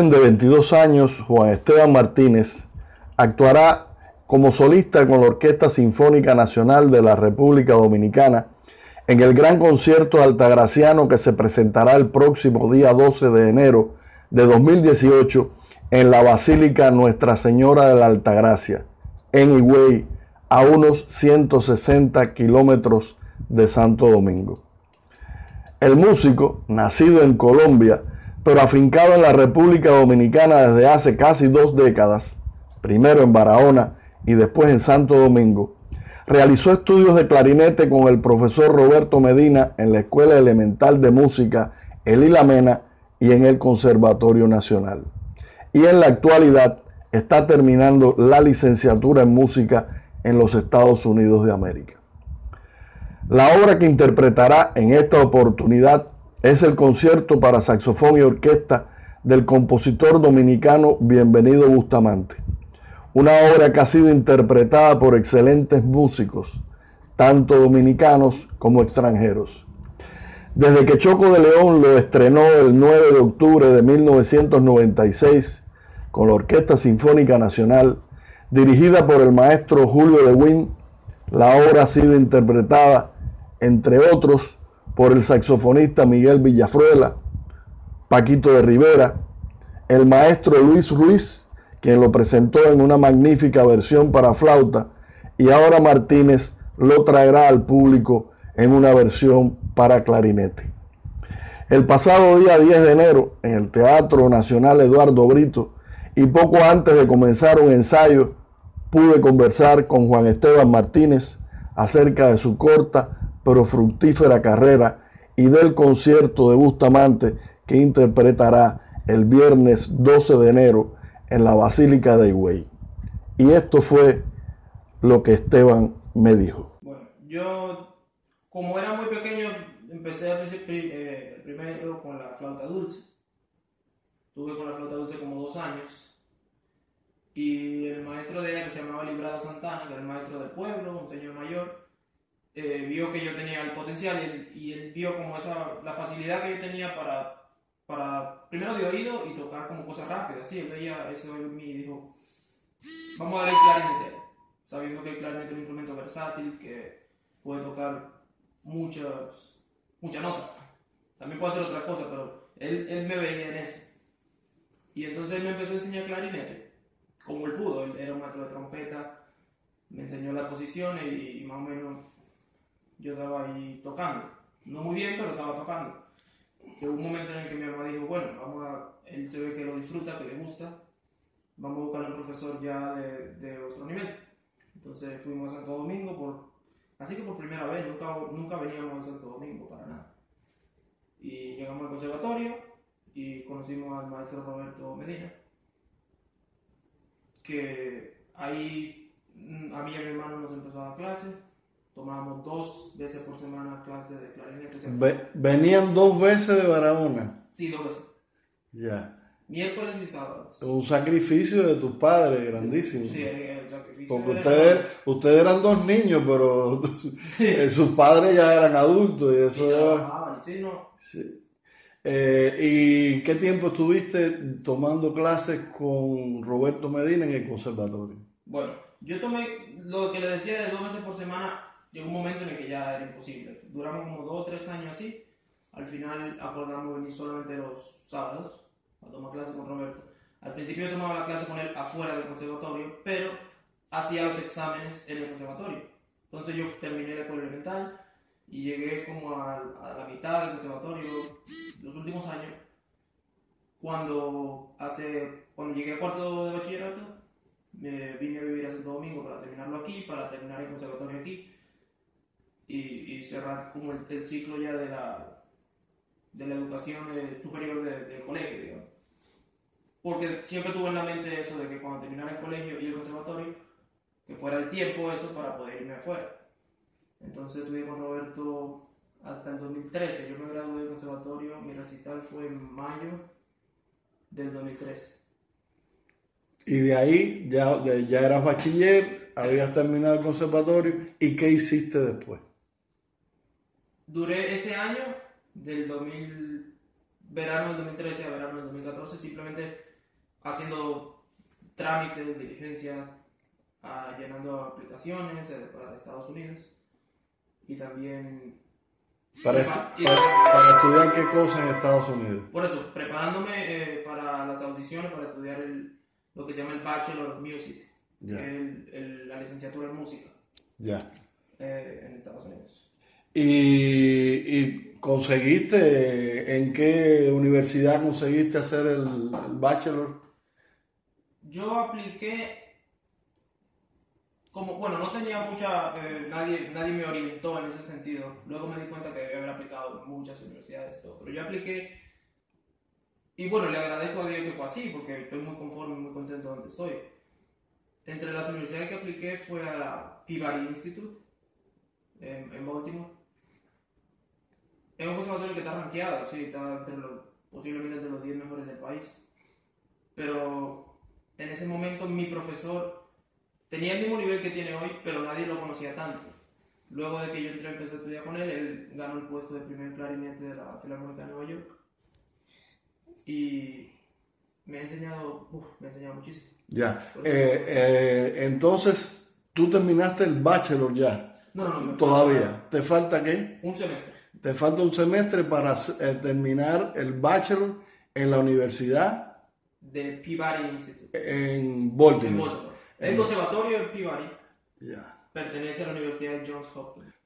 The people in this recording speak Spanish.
joven de 22 años, Juan Esteban Martínez, actuará como solista con la Orquesta Sinfónica Nacional de la República Dominicana en el gran concierto altagraciano que se presentará el próximo día 12 de enero de 2018 en la Basílica Nuestra Señora de la Altagracia, en Higüey, a unos 160 kilómetros de Santo Domingo. El músico, nacido en Colombia, pero afincado en la República Dominicana desde hace casi 2 décadas, primero en Barahona y después en Santo Domingo, realizó estudios de clarinete con el profesor Roberto Medina en la Escuela Elemental de Música Elila Mena y en el Conservatorio Nacional. Y en la actualidad está terminando la licenciatura en música en los Estados Unidos de América. La obra que interpretará en esta oportunidad es el concierto para saxofón y orquesta del compositor dominicano Bienvenido Bustamante, una obra que ha sido interpretada por excelentes músicos, tanto dominicanos como extranjeros. Desde que Choco de León lo estrenó el 9 de octubre de 1996 con la Orquesta Sinfónica Nacional, dirigida por el maestro Julio de Win, la obra ha sido interpretada, entre otros, por el saxofonista Miguel Villafruela, Paquito de Rivera, el maestro Luis Ruiz, quien lo presentó en una magnífica versión para flauta, y ahora Martínez lo traerá al público en una versión para clarinete. El pasado día 10 de enero, en el Teatro Nacional Eduardo Brito, y poco antes de comenzar un ensayo, pude conversar con Juan Esteban Martínez acerca de su corta pero fructífera carrera y del concierto de Bustamante que interpretará el viernes 12 de enero en la Basílica de Higüey. Y esto fue lo que Esteban me dijo. Bueno, yo como era muy pequeño empecé primero con la flauta dulce. Estuve con la flauta dulce como 2 años. Y el maestro de ella, que se llamaba Librado Santana, que era el maestro del pueblo, un señor mayor, vio que yo tenía el potencial y él vio como la facilidad que yo tenía para primero de oído y tocar como cosas rápidas. Sí, él veía eso en mí y dijo, vamos a darle clarinete, sabiendo que el clarinete es un instrumento versátil que puede tocar muchas notas. También puede hacer otra cosa, pero él me veía en eso. Y entonces él me empezó a enseñar clarinete, como él pudo. Él era un maestro de trompeta, me enseñó las posiciones y más o menos yo estaba ahí tocando. No muy bien, pero estaba tocando. Que hubo un momento en el que mi mamá dijo, bueno, él se ve que lo disfruta, que le gusta, vamos a buscar un profesor ya de otro nivel. Entonces fuimos a Santo Domingo, así que por primera vez, nunca veníamos a Santo Domingo para nada. Y llegamos al conservatorio y conocimos al maestro Roberto Medina, que ahí a mí y a mi hermano nos empezó a dar clases. Tomábamos 2 veces por semana clases de clarinete. ¿Venían 2 veces de Barahona? Sí, 2 veces. Ya. Miércoles y sábados. Un sacrificio de tus padres grandísimo. Sí, el sacrificio. Porque ustedes eran 2 niños, pero sus padres ya eran adultos. Y eso trabajaban, sí, ¿no? Sí. ¿Y qué tiempo estuviste tomando clases con Roberto Medina en el conservatorio? Bueno, yo tomé lo que le decía de 2 veces por semana. Llegó un momento en el que ya era imposible. Duramos como 2 o 3 años así. Al final acordamos venir solamente los sábados a tomar clase con Roberto. Al principio yo tomaba la clase con él afuera del conservatorio, pero hacía los exámenes en el conservatorio. Entonces yo terminé la escuela elemental y llegué como a la mitad del conservatorio los últimos años. Cuando llegué a cuarto de bachillerato, me vine a vivir a Santo Domingo para terminarlo aquí, para terminar el conservatorio aquí y cerrar como el ciclo ya de la educación superior del colegio, digamos. Porque siempre tuve en la mente eso de que cuando terminara el colegio y el conservatorio, que fuera el tiempo eso para poder irme afuera. Entonces estuve con Roberto hasta el 2013. Yo me gradué del conservatorio, mi recital fue en mayo del 2013. Y de ahí ya eras bachiller, habías terminado el conservatorio. ¿Y qué hiciste después? Duré ese año, verano del 2013 a verano del 2014, simplemente haciendo trámites, diligencias, llenando aplicaciones para Estados Unidos y también Para estudiar qué cosa en Estados Unidos. por eso, preparándome para las audiciones para estudiar lo que se llama el Bachelor of Music, Ya. que es la licenciatura en música Ya. en Estados Unidos. ¿Y conseguiste, en qué universidad conseguiste hacer el bachelor? Yo apliqué, bueno, no tenía mucha, nadie me orientó en ese sentido. Luego me di cuenta que debía haber aplicado en muchas universidades, todo. Pero yo apliqué, y bueno, le agradezco a Dios que fue así, porque estoy muy conforme, muy contento donde estoy. Entre las universidades que apliqué fue a la Peabody Institute, en Baltimore. Es un conservatorio que está rankeado, sí, está posiblemente entre los 10 mejores del país. Pero en ese momento mi profesor tenía el mismo nivel que tiene hoy, pero nadie lo conocía tanto. Luego de que yo entré, empecé a estudiar con él, él ganó el puesto de primer clarinete de la Filarmónica de Nueva York. Y me ha enseñado muchísimo. Ya. Entonces, ¿tú terminaste el bachelor ya? No. ¿Todavía? ¿Te falta qué? Un semestre. Te falta un semestre para terminar el bachelor en la universidad De Peabody Institute. en Baltimore. En Baltimore. El conservatorio de Peabody Ya. pertenece a la Universidad de Johns Hopkins.